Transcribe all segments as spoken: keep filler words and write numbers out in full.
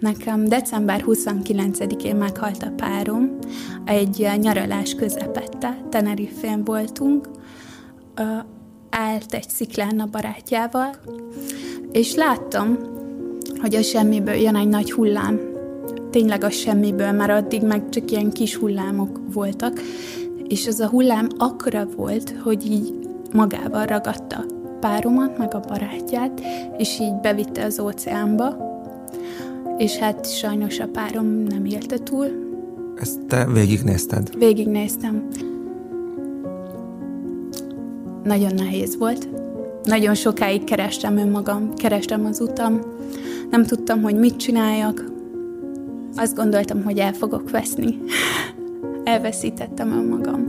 Nekem december huszonkilencedikén meghalt a párom, egy nyaralás közepette, Tenerifén voltunk, állt egy sziklán a barátjával, és láttam, hogy a semmiből jön egy nagy hullám. Tényleg a semmiből, mert addig meg csak ilyen kis hullámok voltak, és az a hullám akkora volt, hogy így magával ragadta páromat, meg a barátját, és így bevitte az óceánba, és hát sajnos a párom nem élte túl. Ezt te végignézted? Végignéztem. Nagyon nehéz volt. Nagyon sokáig kerestem önmagam, kerestem az utam. Nem tudtam, hogy mit csináljak. Azt gondoltam, hogy el fogok veszni. Elveszítettem önmagam.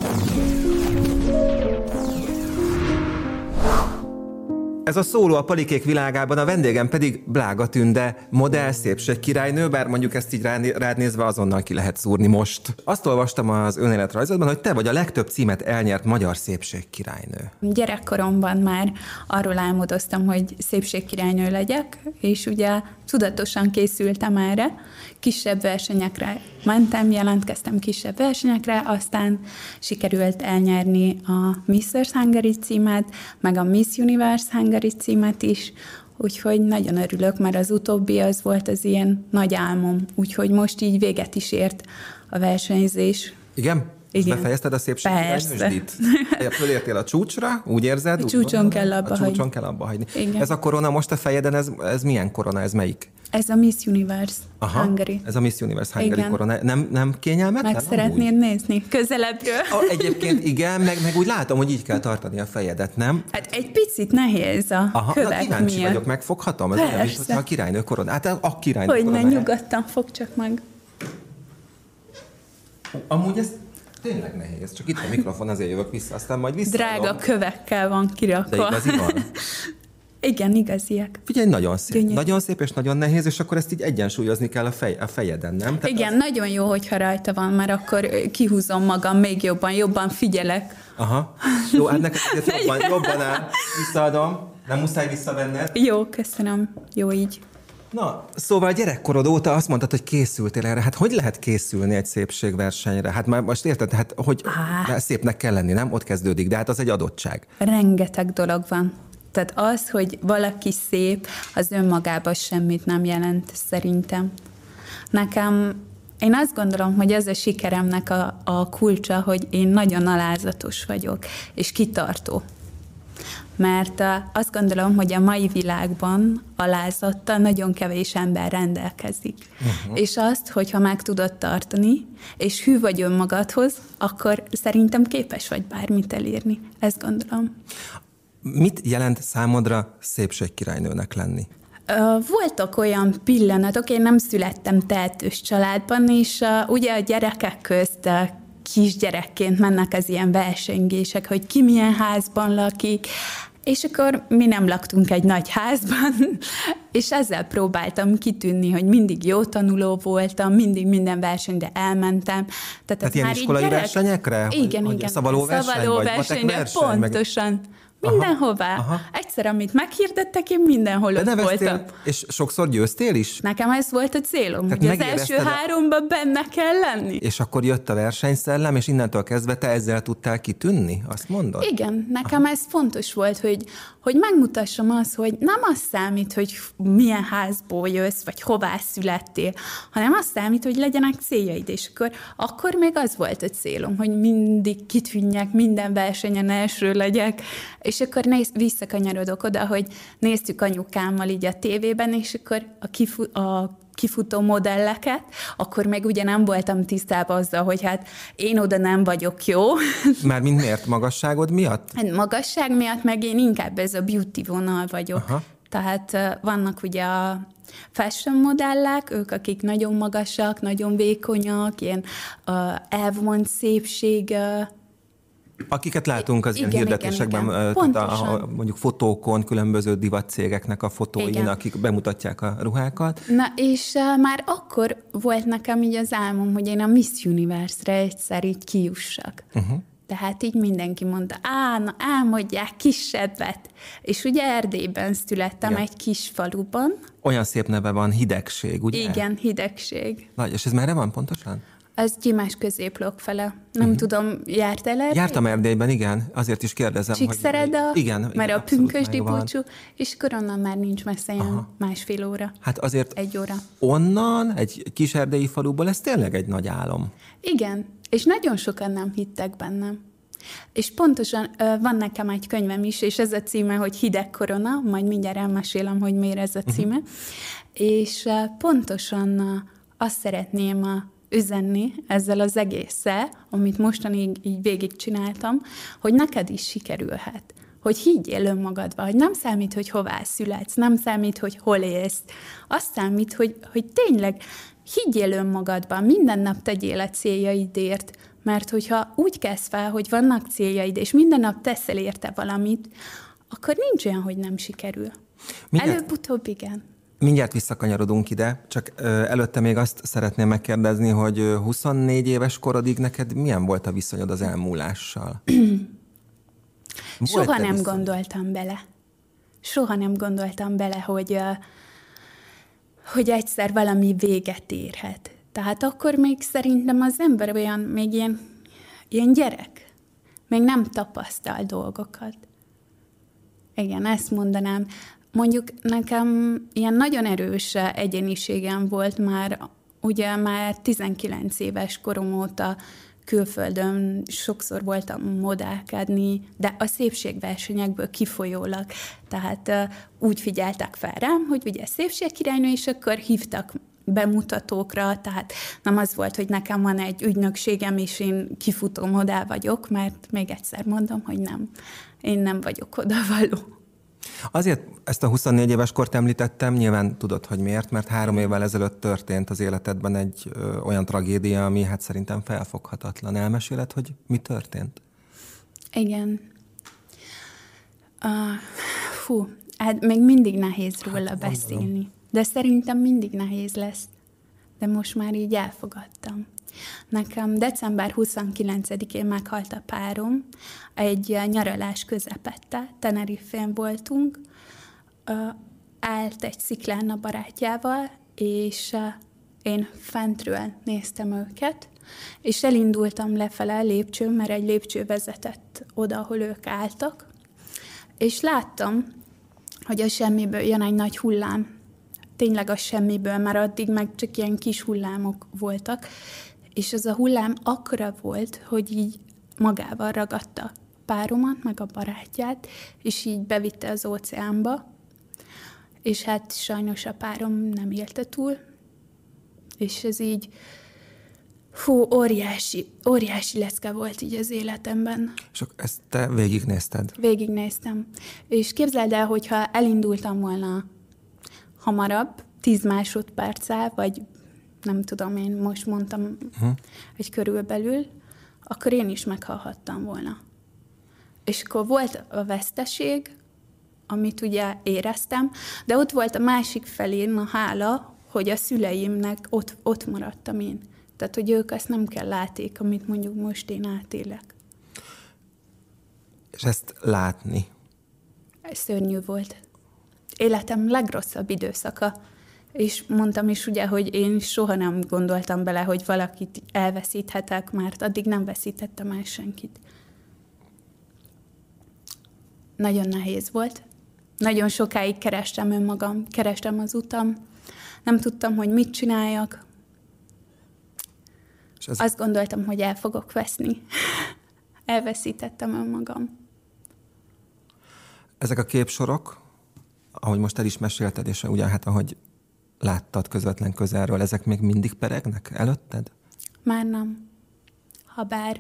Ez a Szóló a Palikék világában, a vendégem pedig Blága Tünde, modell, szépségkirálynő, bár mondjuk ezt így rád nézve azonnal ki lehet szúrni most. Azt olvastam az önéletrajzodban, hogy te vagy a legtöbb címet elnyert magyar szépségkirálynő. Gyerekkoromban már arról álmodoztam, hogy szépségkirálynő legyek, és ugye tudatosan készültem erre. Kisebb versenyekre mentem, jelentkeztem kisebb versenyekre, aztán sikerült elnyerni a Miss Earth Hungary címet, meg a Miss Universe Hungary címet is, úgyhogy nagyon örülök, mert az utóbbi az volt az ilyen nagy álmom, úgyhogy most így véget is ért a versenyzés. Igen? Igen. Befejezted a szépségkirálynősdit? Fölértél a csúcsra, úgy érzed? A csúcson úgy kell abba a hagyni. csúcson kell abba hagyni. Igen. Ez a korona most a fejeden, ez, ez milyen korona, ez melyik? Ez a Miss Universe Aha, Hungary. Ez a Miss Universe Hungary korona. Nem, nem kényelmetlen? Meg szeretnéd úgy nézni közelebbről? A, egyébként igen, meg, meg úgy látom, hogy így kell tartani a fejedet, nem? Hát egy picit nehéz a Aha, kövek miatt. Kíváncsi vagyok, megfoghatom? Ez olyan, mint a királynő korona. Hát a királynő hogy korona. Hogy ne, nyugodtan fog csak meg. Amúgy ez tényleg nehéz, csak itt a mikrofon, azért jövök vissza, aztán majd vissza. Drága kövekkel van kirakva. De igazi van? Igen, igaziak. Figyelj, nagyon szép. Gyönyörű. Nagyon szép és nagyon nehéz, és akkor ezt így egyensúlyozni kell a, fej, a fejeden, nem? Tehát igen, az... nagyon jó, hogyha rajta van, mert akkor kihúzom magam még jobban, jobban figyelek. Aha. Jó, hát neked azért jobban, jobban áll. Visszaadom. Nem muszáj visszavenned. Jó, köszönöm. Jó így. Na, szóval gyerekkorod óta azt mondtad, hogy készültél erre. Hát hogy lehet készülni egy szépségversenyre? Hát már most érted, hát hogy ah. szépnek kell lenni, nem? Ott kezdődik, de hát az egy adottság. Rengeteg dolog van. Tehát az, hogy valaki szép, az önmagában semmit nem jelent, szerintem. Nekem, én azt gondolom, hogy ez a sikeremnek a, a kulcsa, hogy én nagyon alázatos vagyok, és kitartó. Mert azt gondolom, hogy a mai világban alázattal nagyon kevés ember rendelkezik. Uh-huh. És azt, hogyha meg tudod tartani, és hű vagy önmagadhoz, akkor szerintem képes vagy bármit elérni. Ezt gondolom. Mit jelent számodra szépségkirálynőnek lenni? Voltak olyan pillanatok, én nem születtem tehetős családban, és ugye a gyerekek közt kisgyerekként mennek az ilyen versengések, hogy ki milyen házban lakik, és akkor mi nem laktunk egy nagy házban, és ezzel próbáltam kitűnni, hogy mindig jó tanuló voltam, mindig minden versenyre elmentem. Tehát, Tehát ilyen iskolai gyerek... versenyekre? Igen, hogy, igen. Szavaló verseny, szavaló vagy versenyre, verseny, pontosan. Meg... Mindenhová. Aha, aha. Egyszer, amit meghirdettek, én mindenhol de ott voltam. És sokszor győztél is? Nekem ez volt a célom, tehát hogy az első a... háromban benne kell lenni. És akkor jött a versenyszellem, és innentől kezdve te ezzel tudtál kitűnni? Azt mondod? Igen, nekem aha. ez fontos volt, hogy, hogy megmutassam azt, hogy nem az számít, hogy milyen házból jössz, vagy hová születtél, hanem az számít, hogy legyenek céljaid, és akkor, akkor még az volt a célom, hogy mindig kitűnjek, minden versenyen első legyek, és akkor néz, visszakanyarodok oda, hogy néztük anyukámmal így a tévében, és akkor a, kifu, a kifutó modelleket, akkor meg ugye nem voltam tisztában azzal, hogy hát én oda nem vagyok jó. Már mind miért? Magasságod miatt? Hát magasság miatt, meg én inkább ez a beauty vonal vagyok. Aha. Tehát vannak ugye a fashion modellek, ők, akik nagyon magasak, nagyon vékonyak, ilyen uh, elvont szépség, uh, akiket látunk az igen, ilyen hirdetésekben, igen, igen. Tehát a, a, mondjuk fotókon, különböző divatcégeknek a fotóin, igen. akik bemutatják a ruhákat. Na, és uh, már akkor volt nekem így az álmom, hogy én a Miss Universe-re egyszer így kijussak. Uh-huh. Tehát így mindenki mondta, á, na álmodják kisebbet. És ugye Erdélyben születtem, igen. Egy kis faluban. Olyan szép neve van, Hidegség, ugye? Igen, Hidegség. Nagy, és ez merre van pontosan? Az Gyimás középlok fele. Nem uh-huh. tudom, jártál Erdélyben? Jártam Erdélyben, igen. Azért is kérdezem, Csíkszereda, hogy... Igen, mert a pünkösdi búcsú, és akkor onnan már nincs messze, ilyen másfél óra. Hát azért egy óra. Onnan, egy kis erdélyi faluból, ez tényleg egy nagy álom. Igen, és nagyon sokan nem hittek bennem. És pontosan van nekem egy könyvem is, és ez a címe, hogy Hideg korona, majd mindjárt elmesélem, hogy miért ez a címe. Uh-huh. És pontosan azt szeretném üzenni ezzel az egésszel, amit mostanig így végigcsináltam, hogy neked is sikerülhet. Hogy higgyél önmagadba, hogy nem számít, hogy hová születsz, nem számít, hogy hol élsz. Azt számít, hogy, hogy tényleg higgyél önmagadban, minden nap tegyél a céljaidért, mert hogyha úgy kezd fel, hogy vannak céljaid, és minden nap teszel érte valamit, akkor nincs olyan, hogy nem sikerül. Mindjárt, előbb-utóbb igen. Mindjárt visszakanyarodunk ide, csak ö, előtte még azt szeretném megkérdezni, hogy huszonnégy éves korodig neked milyen volt a viszonyod az elmúlással? Soha nem viszony? gondoltam bele. Soha nem gondoltam bele, hogy, uh, hogy egyszer valami véget érhet. Tehát akkor még szerintem az ember olyan, még ilyen, ilyen gyerek. Még nem tapasztal dolgokat. Igen, ezt mondanám. Mondjuk nekem ilyen nagyon erős egyéniségem volt már, ugye már tizenkilenc éves korom óta külföldön sokszor voltam modellkedni, de a szépségversenyekből kifolyólag. Tehát uh, úgy figyeltek fel rám, hogy ugye szépségkirálynő, és akkor hívtak bemutatókra, tehát nem az volt, hogy nekem van egy ügynökségem, és én kifutó modell vagyok, mert még egyszer mondom, hogy nem, én nem vagyok odavaló. Azért ezt a huszonnégy éves kort említettem, nyilván tudod, hogy miért, mert három évvel ezelőtt történt az életedben egy ö, olyan tragédia, ami hát szerintem felfoghatatlan. Elmeséled, hogy mi történt? Igen. Uh, fú, hát még mindig nehéz róla hát, beszélni. Mondom. De szerintem mindig nehéz lesz. De most már így elfogadtam. Nekem december huszonkilencedikén meghalt a párom, egy nyaralás közepette, Teneriffén voltunk, állt egy sziklán a barátjával, és én fentről néztem őket, és elindultam lefele a lépcsőn, mert egy lépcső vezetett oda, ahol ők álltak, és láttam, hogy a semmiből jön egy nagy hullám. Tényleg a semmiből, mert addig meg csak ilyen kis hullámok voltak, és az a hullám akkora volt, hogy így magával ragadta páromat, meg a barátját, és így bevitte az óceánba, és hát sajnos a párom nem élte túl, és ez így, fú, óriási, óriási lecke volt így az életemben. És ezt te végignézted? Végignéztem. És képzeld el, hogyha elindultam volna hamarabb, tíz másodperccel, vagy nem tudom, én most mondtam, uh-huh. hogy körülbelül, akkor én is meghalhattam volna. És akkor volt a veszteség, amit ugye éreztem, de ott volt a másik felén a hála, hogy a szüleimnek ott, ott maradtam én. Tehát, hogy ők ezt nem kell látték, amit mondjuk most én átélek. És ezt látni? Ez szörnyű volt. Életem legrosszabb időszaka. És mondtam is ugye, hogy én soha nem gondoltam bele, hogy valakit elveszíthetek, mert addig nem veszítettem el senkit. Nagyon nehéz volt. Nagyon sokáig kerestem önmagam, kerestem az utam. Nem tudtam, hogy mit csináljak. És ez... Azt gondoltam, hogy el fogok veszni. Elveszítettem önmagam. Ezek a képsorok, ahogy most el is mesélted, és ugye hát ahogy láttad közvetlen közelről, ezek még mindig peregnek előtted? Már nem. Habár,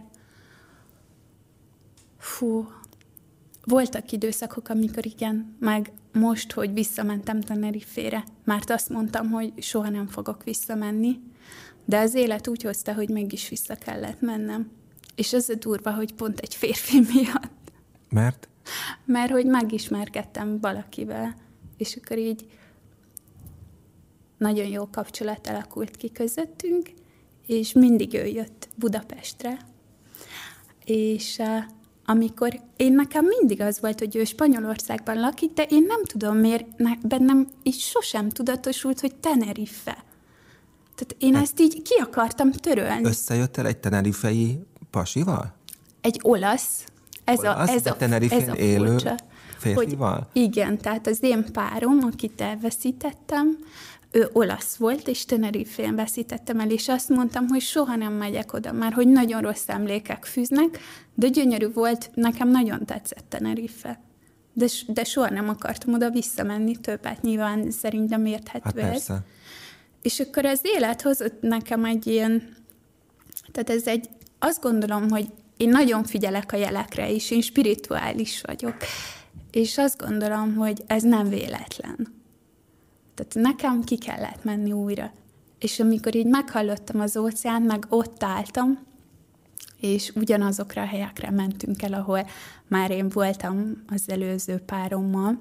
fú, voltak időszakok, amikor igen, meg most, hogy visszamentem Teneriffére, mert azt mondtam, hogy soha nem fogok visszamenni, de az élet úgy hozta, hogy mégis vissza kellett mennem. És az a durva, hogy pont egy férfi miatt. Mert? Mert hogy megismerkedtem valakivel, és akkor így nagyon jó kapcsolat alakult ki közöttünk, és mindig ő jött Budapestre. és uh, amikor én nekem mindig az volt, hogy ő Spanyolországban lakik, de én nem tudom miért, ne, bennem így sosem tudatosult, hogy Tenerife. Tehát én hát ezt így ki akartam törölni. Összejöttél egy tenerifei pasival? Egy olasz. Ez olasz, a, ez de a, Tenerifén ez a élő furcsa, férfival? Hogy igen, tehát az én párom, akit elveszítettem, ő olasz volt, és Tenerifén veszítettem el, és azt mondtam, hogy soha nem megyek oda, már hogy nagyon rossz emlékek fűznek, de gyönyörű volt, nekem nagyon tetszett Tenerife. De, de soha nem akartam oda visszamenni többet, nyilván szerintem érthető hát ez. persze. És akkor az élet hozott nekem egy ilyen, tehát ez egy, azt gondolom, hogy én nagyon figyelek a jelekre is, én spirituális vagyok, és azt gondolom, hogy ez nem véletlen. Tehát nekem ki kellett menni újra. És amikor így meghallottam az óceánt, meg ott álltam, és ugyanazokra a helyekre mentünk el, ahol már én voltam az előző párommal,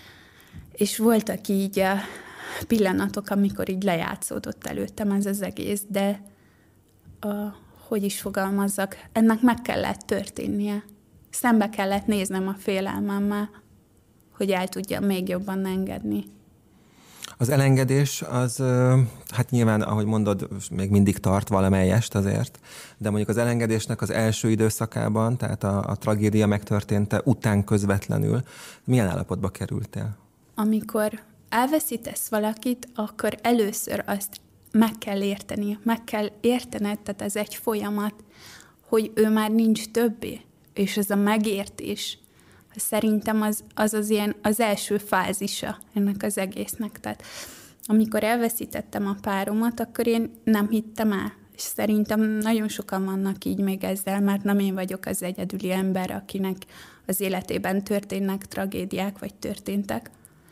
és voltak így pillanatok, amikor így lejátszódott előttem ez az egész, de a, hogy is fogalmazzak, ennek meg kellett történnie. Szembe kellett néznem a félelmemmel, hogy el tudjam még jobban engedni. Az elengedés az, hát nyilván, ahogy mondod, még mindig tart valamelyest azért, de mondjuk az elengedésnek az első időszakában, tehát a, a tragédia megtörténte után közvetlenül, milyen állapotba kerültél? Amikor elveszítesz valakit, akkor először azt meg kell érteni, meg kell értened, tehát ez egy folyamat, hogy ő már nincs többé, és ez a megértés, szerintem az az, az ilyen az első fázisa ennek az egésznek. Tehát amikor elveszítettem a páromat, akkor én nem hittem el. És szerintem nagyon sokan vannak így még ezzel, mert nem én vagyok az egyedüli ember, akinek az életében történnek tragédiák, vagy történtek.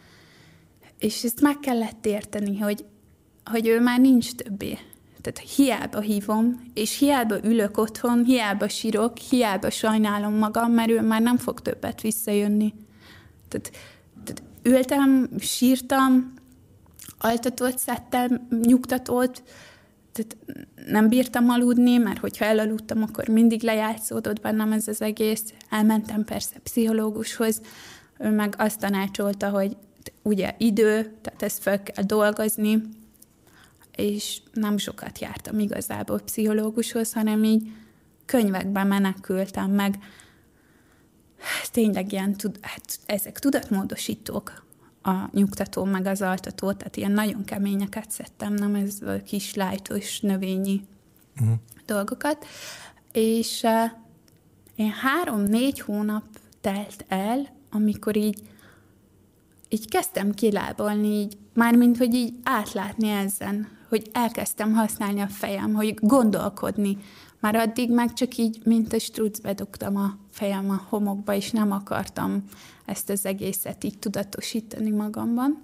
És ezt meg kellett érteni, hogy, hogy ő már nincs többé. Tehát hiába hívom, és hiába ülök otthon, hiába sírok, hiába sajnálom magam, mert ő már nem fog többet visszajönni. Tehát, tehát ültem, sírtam, altatót szedtem, nyugtatót, tehát nem bírtam aludni, mert hogyha elaludtam, akkor mindig lejátszódott bennem ez az egész. Elmentem persze pszichológushoz, ő meg azt tanácsolta, hogy ugye idő, tehát ezt fel kell dolgozni, és nem sokat jártam igazából pszichológushoz, hanem így könyvekben menekültem meg. Tényleg ilyen, hát ezek tudatmódosítók, a nyugtató meg az altató, tehát ilyen nagyon keményeket szedtem, nem ez a kis lájtos növényi uh-huh. dolgokat. És uh, én három-négy hónap telt el, amikor így így kezdtem kilábalni, így, mármint, hogy így átlátni ezen, hogy elkezdtem használni a fejem, hogy gondolkodni. Már addig meg csak így, mint a struc, bedugtam a fejem a homokba, és nem akartam ezt az egészet így tudatosítani magamban.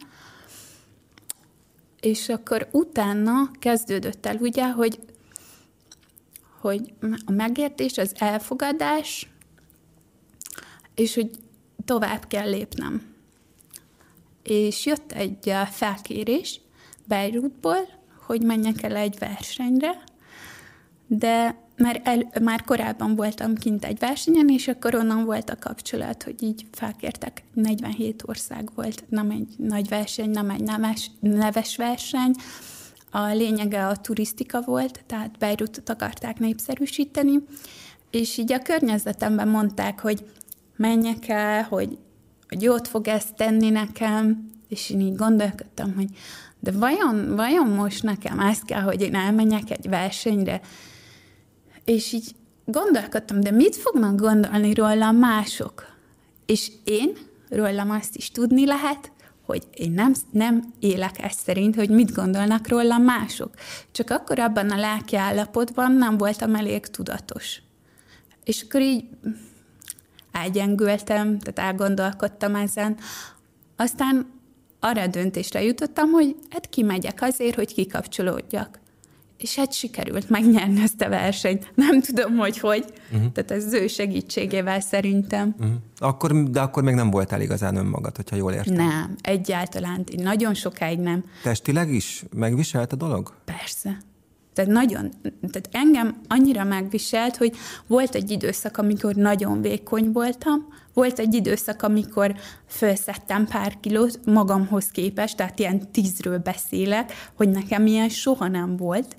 És akkor utána kezdődött el ugye, hogy, hogy a megértés, az elfogadás, és hogy tovább kell lépnem. És jött egy felkérés Beirutból, hogy menjek el egy versenyre, de már, el, már korábban voltam kint egy versenyen, és akkor onnan volt a kapcsolat, hogy így felkértek. negyvenhét ország volt, nem egy nagy verseny, nem egy neves, neves verseny. A lényege a turisztika volt, tehát Beirutot akarták népszerűsíteni, és így a környezetemben mondták, hogy menjek el, hogy hogy jót fog ezt tenni nekem, és én így gondolkodtam, hogy de vajon, vajon most nekem ezt kell, hogy én elmenjek egy versenyre? És így gondolkodtam, de mit fognak gondolni rólam mások? És én rólam azt is tudni lehet, hogy én nem, nem élek ezt szerint, hogy mit gondolnak rólam mások. Csak akkor abban a lelki állapotban nem voltam elég tudatos. És akkor így elgyengültem, tehát elgondolkodtam ezen. Aztán arra a döntésre jutottam, hogy hát kimegyek azért, hogy kikapcsolódjak. És hát sikerült megnyerni ezt a versenyt. Nem tudom, hogy hogy. Uh-huh. Tehát ez az ő segítségével szerintem. Uh-huh. Akkor, de akkor még nem voltál igazán önmagad, hogyha jól értem. Nem, egyáltalán. Nagyon sokáig nem. Testileg is megviselt a dolog? Persze. Tehát nagyon, tehát engem annyira megviselt, hogy volt egy időszak, amikor nagyon vékony voltam, volt egy időszak, amikor felszettem pár kilót magamhoz képest, tehát ilyen tízről beszélek, hogy nekem ilyen soha nem volt.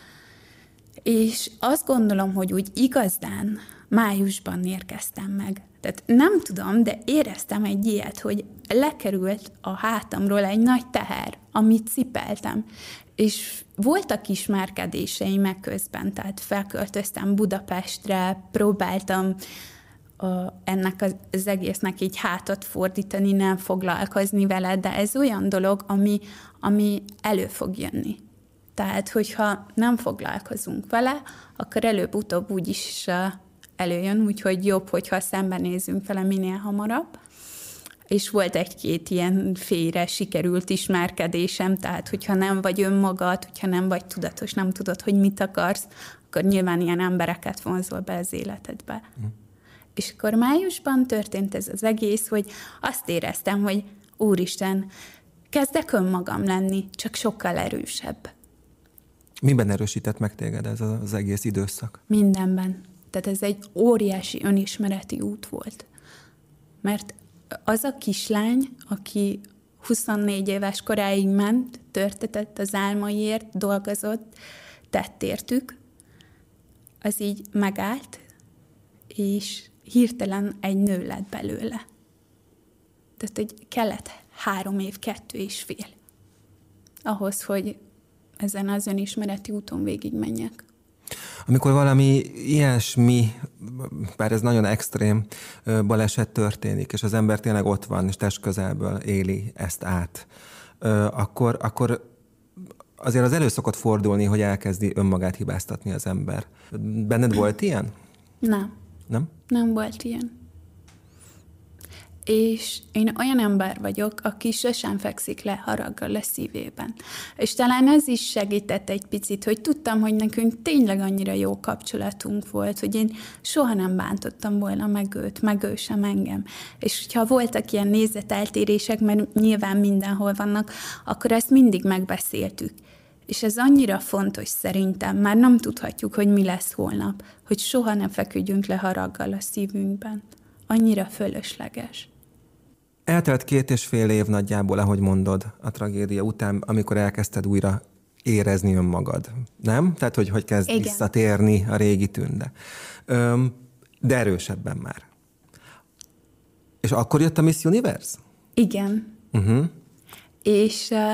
És azt gondolom, hogy úgy igazán májusban érkeztem meg. Tehát nem tudom, de éreztem egy ilyet, hogy lekerült a hátamról egy nagy teher, amit cipeltem. És voltak ismerkedéseim ekközben, tehát felköltöztem Budapestre, próbáltam uh, ennek az, az egésznek így hátat fordítani, nem foglalkozni vele, de ez olyan dolog, ami, ami elő fog jönni. Tehát, hogyha nem foglalkozunk vele, akkor előbb-utóbb úgyis uh, előjön, úgyhogy jobb, hogyha szembenézünk vele minél hamarabb. És volt egy-két ilyen félre sikerült ismerkedésem, tehát hogyha nem vagy önmagad, hogyha nem vagy tudatos, nem tudod, hogy mit akarsz, akkor nyilván ilyen embereket vonzol be az életedbe. Mm. És akkor májusban történt ez az egész, hogy azt éreztem, hogy úristen, kezdek önmagam lenni, csak sokkal erősebb. Miben erősített meg téged ez az egész időszak? Mindenben. Tehát ez egy óriási önismereti út volt. Mert az a kislány, aki huszonnégy éves koráig ment, törtetett az álmaiért, dolgozott, tett értük, az így megállt, és hirtelen egy nő lett belőle. Tehát, hogy kellett három év, kettő és fél ahhoz, hogy ezen az önismereti úton végigmenjek. Amikor valami ilyesmi, bár ez nagyon extrém baleset történik, és az ember tényleg ott van, és testközelből éli ezt át, akkor, akkor azért az elő szokott fordulni, hogy elkezdi önmagát hibáztatni az ember. Benned volt ilyen? Nem. Nem? Nem volt ilyen. És én olyan ember vagyok, aki sosem fekszik le haraggal a szívében. És talán ez is segített egy picit, hogy tudtam, hogy nekünk tényleg annyira jó kapcsolatunk volt, hogy én soha nem bántottam volna meg őt, meg ő sem engem. És ha voltak ilyen nézeteltérések, mert nyilván mindenhol vannak, akkor ezt mindig megbeszéltük. És ez annyira fontos szerintem, már nem tudhatjuk, hogy mi lesz holnap, hogy soha nem feküdjünk le haraggal a szívünkben. Annyira fölösleges. Eltelt két és fél év nagyjából, ahogy mondod, a tragédia után, amikor elkezdted újra érezni önmagad. Nem? Tehát, hogy hogy kezd Igen. visszatérni a régi Tünde. Öm, de erősebben már. És akkor jött a Miss Universe? Igen. Uh-huh. És uh,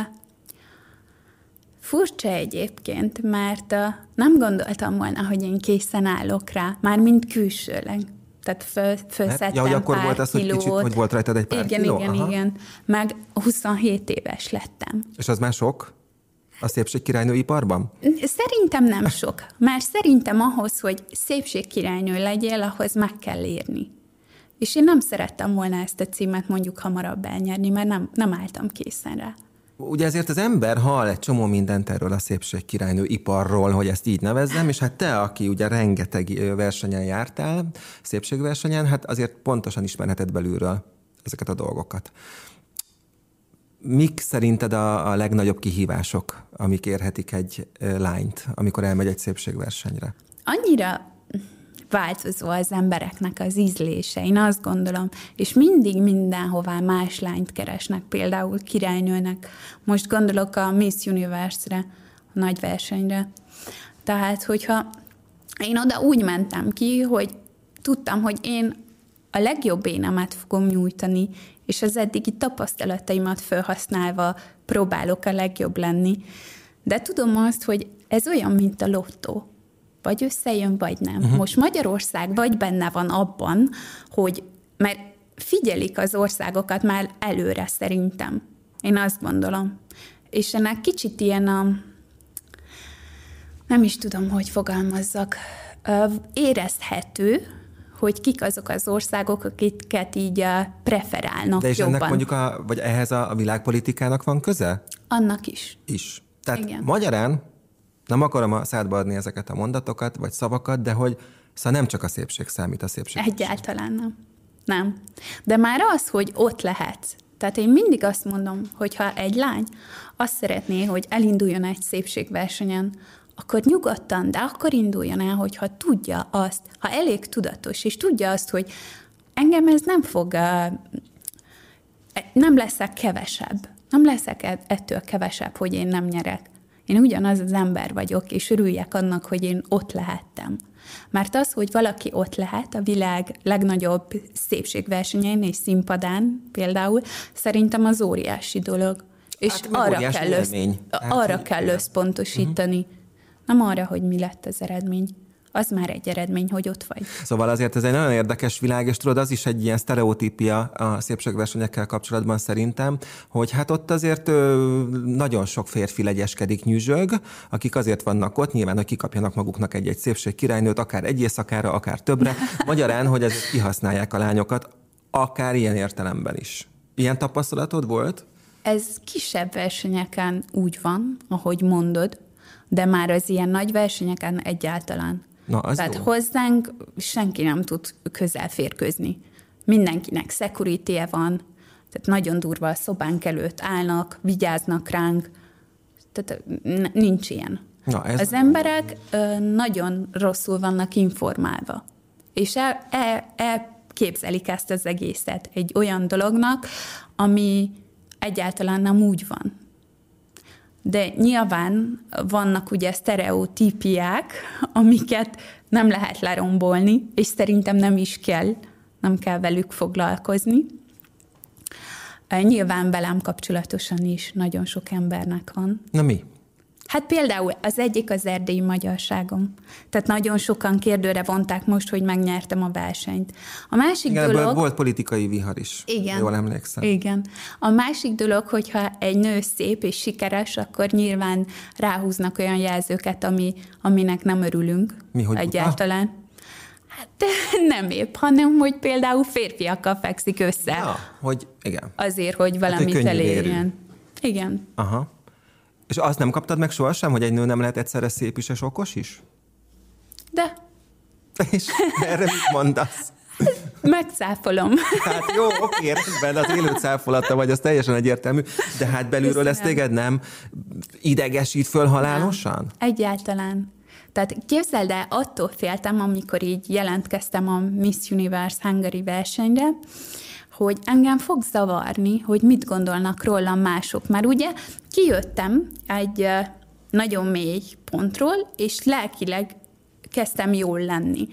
furcsa egyébként, mert uh, nem gondoltam volna, hogy én készen állok rá, már mind külsőleg. Tehát föl, fölszedtem ja, hogy akkor pár volt az, kilót. Hogy kicsit, hogy volt rajtad egy pár igen, kiló? Igen, igen, igen. Meg huszonhét éves lettem. És az már sok? A szépségkirálynőiparban? Szerintem nem sok. Mert szerintem ahhoz, hogy szépségkirálynő legyél, ahhoz meg kell érni. És én nem szerettem volna ezt a címet mondjuk hamarabb elnyerni, mert nem, nem álltam készen rá. Ugye ezért az ember hall egy csomó mindent erről a szépségkirálynő iparról, hogy ezt így nevezzem, és hát te, aki ugye rengeteg versenyen jártál, szépségversenyen, hát azért pontosan ismerheted belülről ezeket a dolgokat. Mik szerinted a, a legnagyobb kihívások, amik érhetik egy lányt, amikor elmegy egy szépségversenyre? Annyira változó az embereknek az ízlése, én azt gondolom, és mindig mindenhová más lányt keresnek, például királynőnek. Most gondolok a Miss Universe-re, a nagy versenyre. Tehát, hogyha én oda úgy mentem ki, hogy tudtam, hogy én a legjobb énemet fogom nyújtani, és az eddigi tapasztalataimat felhasználva próbálok a legjobb lenni. De tudom azt, hogy ez olyan, mint a lottó. Vagy összejön, vagy nem. Uh-huh. Most Magyarország vagy benne van abban, hogy, mert figyelik az országokat már előre szerintem. Én azt gondolom. És ennek kicsit ilyen a, nem is tudom, hogy fogalmazzak, érezhető, hogy kik azok az országok, akiket így preferálnak De és jobban. ennek mondjuk, a, vagy ehhez a világpolitikának van köze? Annak is. Is. Tehát Igen. Magyarán, nem akarom a szádba adni ezeket a mondatokat, vagy szavakat, de hogy szóval nem csak a szépség számít a szépség. Egyáltalán nem. Nem. De már az, hogy ott lehetsz. Tehát én mindig azt mondom, hogy ha egy lány azt szeretné, hogy elinduljon egy szépségversenyen, akkor nyugodtan, de akkor induljon el, hogyha tudja azt, ha elég tudatos, és tudja azt, hogy engem ez nem fog, nem leszek kevesebb. Nem leszek ettől kevesebb, hogy én nem nyerek. Én ugyanaz az ember vagyok, és örüljek annak, hogy én ott lehettem. Mert az, hogy valaki ott lehet a világ legnagyobb szépségversenyén és színpadán például, szerintem az óriási dolog. És hát, arra, kell, össz, arra kell összpontosítani. Uh-huh. Nem arra, hogy mi lett az eredmény. Az már egy eredmény, hogy ott vagy. Szóval azért ez egy nagyon érdekes világ, és tudod, az is egy ilyen sztereotípia a szépségversenyekkel kapcsolatban szerintem, hogy hát ott azért ö, nagyon sok férfi legyeskedik, nyüzsög, akik azért vannak ott, nyilván, hogy kikapjanak maguknak egy-egy szépségkirálynőt, akár egy éjszakára, akár többre, magyarán, hogy ezért kihasználják a lányokat, akár ilyen értelemben is. Ilyen tapasztalatod volt? Ez kisebb versenyeken úgy van, ahogy mondod, de már az ilyen nagy versenyeken egyáltalán. Na, az Tehát jó. Hozzánk senki nem tud közel férkőzni. Mindenkinek security-je van, tehát nagyon durva a szobánk előtt állnak, vigyáznak ránk, tehát nincs ilyen. Na, ez az emberek ö, nagyon rosszul vannak informálva, és el, el, elképzelik ezt az egészet egy olyan dolognak, ami egyáltalán nem úgy van. De nyilván vannak ugye sztereotípiák, amiket nem lehet lerombolni, és szerintem nem is kell, nem kell velük foglalkozni. Nyilván velem kapcsolatosan is nagyon sok embernek van. Na mi? Hát például az egyik az erdélyi magyarságom. Tehát nagyon sokan kérdőre vonták most, hogy megnyertem a versenyt. A másik igen, dolog... volt politikai vihar is, igen, jól emlékszem. Igen. A másik dolog, hogyha egy nő szép és sikeres, akkor nyilván ráhúznak olyan jelzőket, ami, aminek nem örülünk. Mi, hogy egyáltalán. Buta? Hát nem épp, hanem hogy például férfiakkal fekszik össze. Ja, hogy igen. Azért, hogy valamit hát, elérjen. Igen. Aha. És azt nem kaptad meg sohasem, hogy egy nő nem lehet egyszerre szép is és okos is? De. És erre mit mondasz? Megcáfolom. Hát jó, oké, rendben, az élő cáfolata vagy, az teljesen egyértelmű, de hát belülről ez téged nem idegesít föl halálosan? Nem, egyáltalán. Tehát képzeld el, attól féltem, amikor így jelentkeztem a Miss Universe Hungary versenyre, hogy engem fog zavarni, hogy mit gondolnak rólam mások. Már ugye kijöttem egy nagyon mély pontról, és lelkileg kezdtem jól lenni.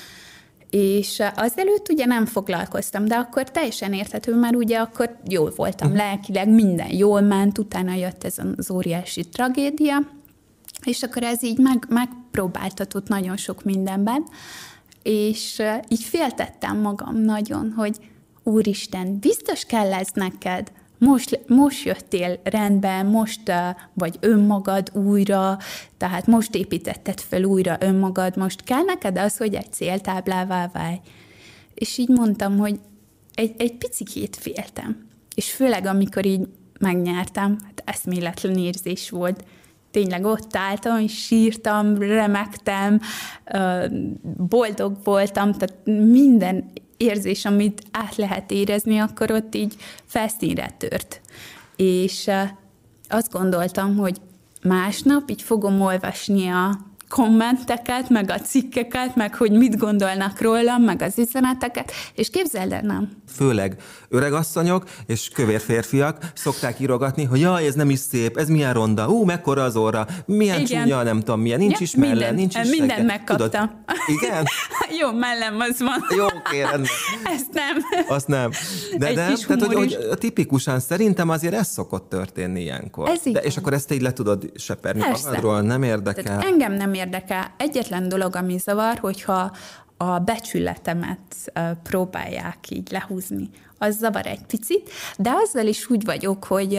És azelőtt ugye nem foglalkoztam, de akkor teljesen érthető, mert ugye akkor jól voltam uh-huh. lelkileg, minden jól ment, utána jött ez az óriási tragédia, és akkor ez így meg, megpróbáltatott nagyon sok mindenben, és így féltettem magam nagyon, hogy úristen, biztos kell ez neked, most, most jöttél rendben, most uh, vagy önmagad újra, tehát most építetted fel újra önmagad, most kell neked az, hogy egy céltáblává válj. És így mondtam, hogy egy, egy picikét féltem. És főleg, amikor így megnyertem, hát eszméletlen érzés volt. Tényleg ott álltam, és sírtam, remegtem, uh, boldog voltam, tehát minden érzés, amit át lehet érezni, akkor ott így felszínre tört. És azt gondoltam, hogy másnap így fogom olvasni a kommenteket, meg a cikkeket, meg hogy mit gondolnak rólam, meg az üzeneteket, és képzeld el, nem. Főleg öregasszonyok és kövér férfiak szokták írogatni, hogy jaj, ez nem is szép, ez milyen ronda, ú, mekkora az orra, milyen igen. csúnya, nem tudom milyen, nincs ja, is melle, minden, nincs is mindent segge. Megkaptam. Tudod? Igen? Jó, mellem az van. Jó, oké, rendben. Ezt nem. Azt nem. De, de tehát, hogy, hogy tipikusan szerintem azért ez szokott történni ilyenkor. Ez de, és akkor ezt így le tudod seperni persze. magadról, nem érdekel? Tehát engem nem érdekel. Egyetlen dolog, ami zavar, hogyha a becsületemet próbálják így lehúzni. Az zavar egy picit, de azzal is úgy vagyok, hogy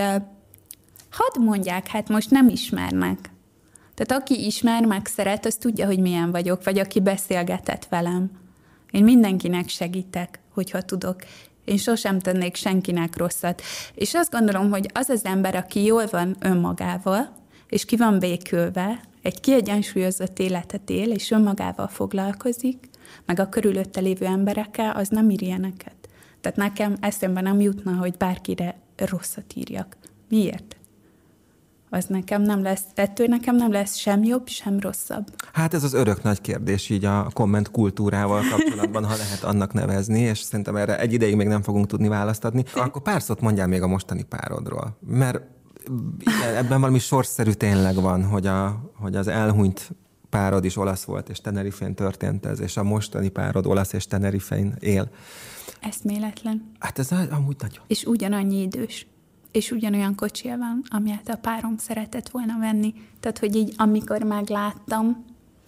hadd mondják, hát most nem ismernek. Tehát aki ismer, meg szeret, az tudja, hogy milyen vagyok, vagy aki beszélgetett velem. Én mindenkinek segítek, hogyha tudok. Én sosem tennék senkinek rosszat. És azt gondolom, hogy az az ember, aki jól van önmagával, és ki van békülve, egy kiegyensúlyozott életet él, és önmagával foglalkozik, meg a körülötte lévő emberekkel, az nem ír ilyeneket. Tehát nekem eszembe nem jutna, hogy bárkire rosszat írjak. Miért? az nekem nem lesz, ettől nekem nem lesz sem jobb, sem rosszabb. Hát ez az örök nagy kérdés így a komment kultúrával kapcsolatban, ha lehet annak nevezni, és szerintem erre egy ideig még nem fogunk tudni választ adni. Akkor pár szót mondjál még a mostani párodról, mert ebben valami sorszerű tényleg van, hogy, a, hogy az elhunyt párod is olasz volt, és Tenerifén történt ez, és a mostani párod olasz és Tenerifén él. Eszméletlen. Hát ez amúgy nagyon. És ugyanannyi idős. És ugyanolyan kocsia van, amilyet a párom szeretett volna venni. Tehát, hogy így amikor megláttam,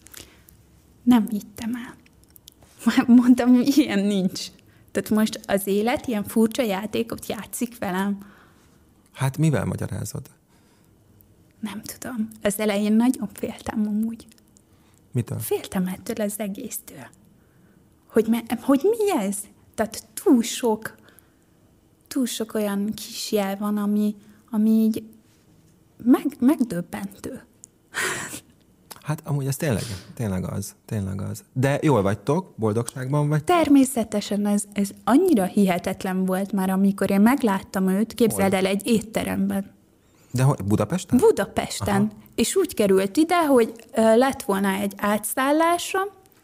nem hittem el. Mondtam, hogy ilyen nincs. Tehát most az élet ilyen furcsa játékot játszik velem. Hát mivel magyarázod? Nem tudom. Az elején nagyon féltem amúgy. Mitől? Féltem ettől az egésztől. Hogy, me- hogy mi ez? Tehát túl sok, túl sok olyan kis jel van, ami, ami így meg, megdöbbentő. Hát amúgy ez tényleg, tényleg az, tényleg az. De jól vagytok, boldogságban vagy? Természetesen ez, ez annyira hihetetlen volt már, amikor én megláttam őt, képzeld el, egy étteremben. De hol? Budapesten? Budapesten. Aha. És úgy került ide, hogy lett volna egy átszállása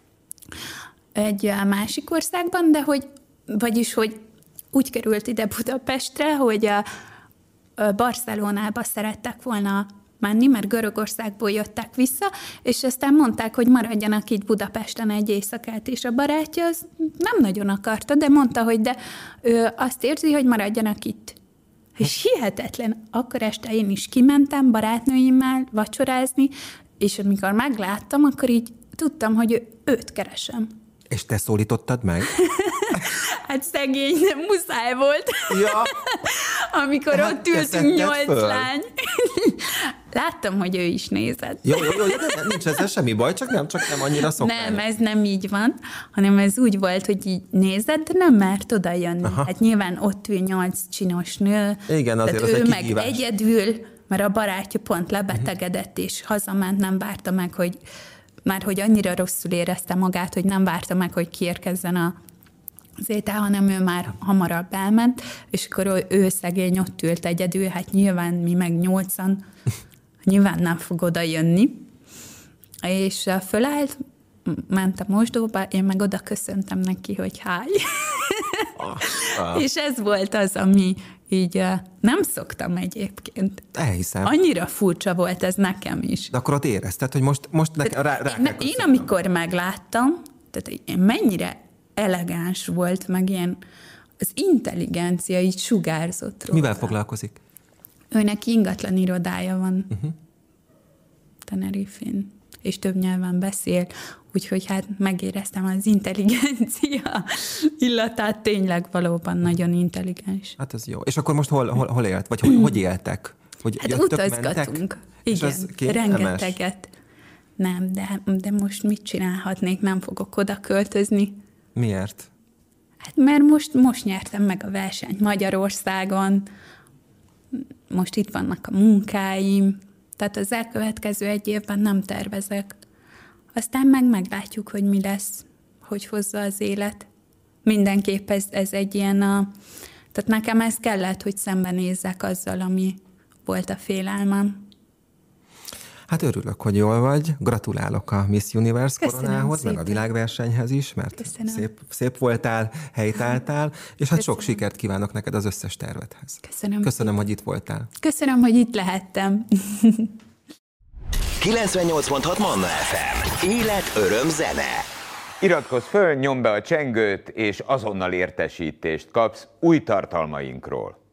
egy másik országban, de hogy, vagyis, hogy úgy került ide Budapestre, hogy a Barcelonába szerettek volna menni, mert Görögországból jöttek vissza, és aztán mondták, hogy maradjanak itt Budapesten egy éjszakát, és a barátja az nem nagyon akarta, de mondta, hogy de ő azt érzi, hogy maradjanak itt. És hihetetlen. Akkor este én is kimentem barátnőimmel vacsorázni, és amikor megláttam, akkor így tudtam, hogy őt keresem. És te szólítottad meg? Hát szegény, nem muszáj volt. Ja. Amikor hát ott ültünk nyolc föl. lány. Láttam, hogy ő is nézett. Jó, jó, jó, de nincs ezzel semmi baj, csak nem, csak nem annyira szokványos. Nem, ez nem így van, hanem ez úgy volt, hogy így nézett, de nem mert oda jönni. Aha. Hát nyilván ott ül nyolc csinos nő. Igen, azért az ő egy meg kihívás. Egyedül, mert a barátja pont lebetegedett, és hazament, nem várta meg, hogy már hogy annyira rosszul érezte magát, hogy nem várta meg, hogy kiérkezzen a az étel, hanem ő már hamarabb elment, és akkor ő, ő szegény ott ült egyedül, hát nyilván mi meg nyolcan, nyilván nem fog oda jönni. És fölállt, ment a mosdóba, én meg oda köszöntem neki, hogy háj. Ah, ah. És ez volt az, ami így nem szoktam egyébként. Elhiszem. Annyira furcsa volt ez nekem is. De akkor ott érezted, hogy most, most ne, rá, rá én, én amikor megláttam, tehát én mennyire elegáns volt, meg ilyen az intelligencia így sugárzott róla. Mivel foglalkozik? Őnek ingatlan irodája van uh-huh. Tenerifén, és több nyelven beszél, úgyhogy hát megéreztem az intelligencia illatát, tényleg valóban nagyon intelligens. Hát ez jó. És akkor most hol, hol, hol élt? Vagy hogy, hogy éltek? Hogy hát utazgatunk. Igen, rengeteget. Nem, de, de most mit csinálhatnék? Nem fogok oda költözni. Miért? Hát mert most, most nyertem meg a versenyt Magyarországon, most itt vannak a munkáim, tehát az elkövetkező egy évben nem tervezek. Aztán meg meglátjuk, hogy mi lesz, hogy hozza az élet. Mindenképp ez, ez egy ilyen, a, tehát nekem ez kellett, hogy szembenézzek azzal, ami volt a félelmem. Hát örülök, hogy jól vagy. Gratulálok a Miss Universe koronához, meg a világversenyhez is, mert szép, szép voltál, helytáltál, és hát Köszönöm. Sok sikert kívánok neked az összes tervedhez. Köszönöm. Köszönöm, hogy itt voltál. Köszönöm, hogy itt lehettem. kilencvennyolc pont hat Manna ef em. Élet, öröm, zene. Iratkozz föl, nyomd be a csengőt, és azonnal értesítést kapsz új tartalmainkról.